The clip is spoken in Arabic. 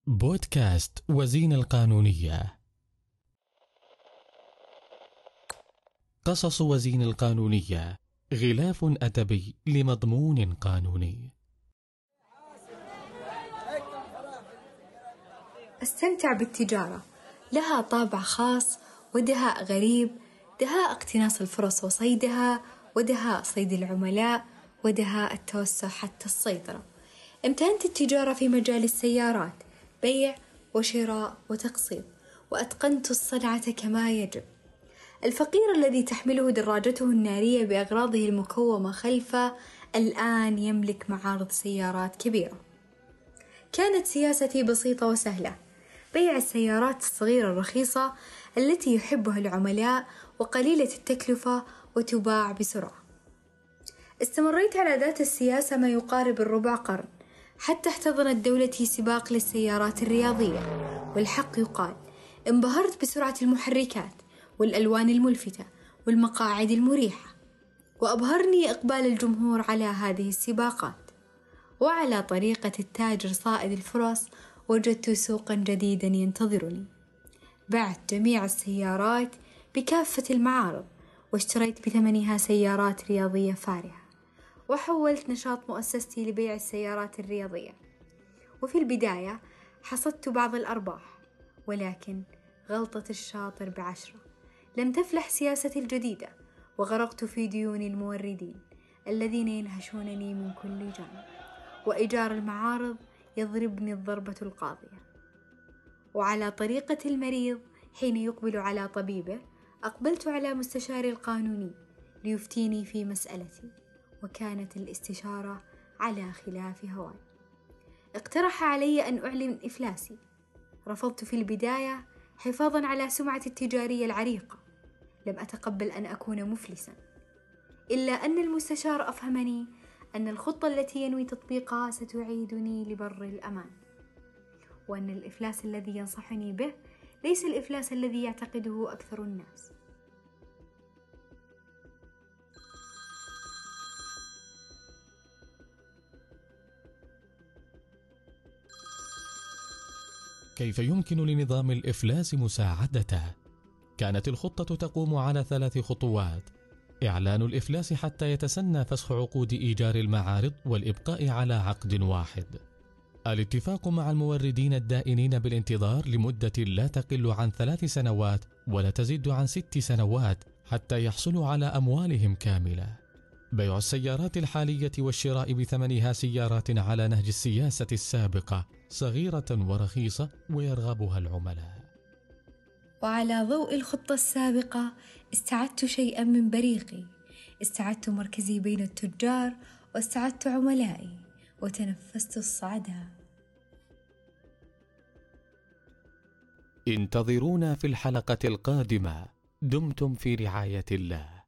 بودكاست وزين القانونية. قصص وزين القانونية، غلاف أدبي لمضمون قانوني. استمتع بالتجارة، لها طابع خاص ودهاء غريب، دهاء اقتناص الفرص وصيدها، ودهاء صيد العملاء، ودهاء التوسع حتى السيطرة. امتهنت التجارة في مجال السيارات، بيع وشراء وتقسيط، وأتقنت الصنعة كما يجب. الفقير الذي تحمله دراجته النارية بأغراضه المكومة خلفه الآن يملك معارض سيارات كبيرة. كانت سياستي بسيطة وسهلة، بيع السيارات الصغيرة الرخيصة التي يحبها العملاء وقليلة التكلفة وتباع بسرعة. استمريت على ذات السياسة ما يقارب الربع قرن، حتى احتضنت دولتي سباق للسيارات الرياضية. والحق يقال، انبهرت بسرعة المحركات والألوان الملفتة والمقاعد المريحة، وأبهرني إقبال الجمهور على هذه السباقات. وعلى طريقة التاجر صائد الفرص وجدت سوقا جديدا ينتظرني. بعت جميع السيارات بكافة المعارض، واشتريت بثمنها سيارات رياضية فارهة، وحولت نشاط مؤسستي لبيع السيارات الرياضية. وفي البداية حصدت بعض الأرباح، ولكن غلطة الشاطر بعشرة. لم تفلح سياستي الجديدة، وغرقت في ديون الموردين الذين ينهشونني من كل جانب، وإيجار المعارض يضربني الضربة القاضية. وعلى طريقة المريض حين يقبل على طبيبه، أقبلت على مستشاري القانوني ليفتيني في مسألتي، وكانت الاستشارة على خلاف هواي. اقترح علي أن أعلن إفلاسي. رفضت في البداية حفاظا على سمعتي التجارية العريقة، لم أتقبل أن أكون مفلسا، إلا أن المستشار أفهمني أن الخطة التي ينوي تطبيقها ستعيدني لبر الأمان، وأن الإفلاس الذي ينصحني به ليس الإفلاس الذي يعتقده أكثر الناس. كيف يمكن لنظام الإفلاس مساعدته؟ كانت الخطة تقوم على 3 خطوات: إعلان الإفلاس حتى يتسنى فسخ عقود إيجار المعارض والإبقاء على عقد واحد، الاتفاق مع الموردين الدائنين بالانتظار لمدة لا تقل عن 3 سنوات ولا تزيد عن 6 سنوات حتى يحصلوا على أموالهم كاملة، بيع السيارات الحالية والشراء بثمنها سيارات على نهج السياسة السابقة، صغيرة ورخيصة ويرغبها العملاء. وعلى ضوء الخطة السابقة استعدت شيئا من بريقي، استعدت مركزي بين التجار، واستعدت عملائي، وتنفست الصعداء. انتظرونا في الحلقة القادمة. دمتم في رعاية الله.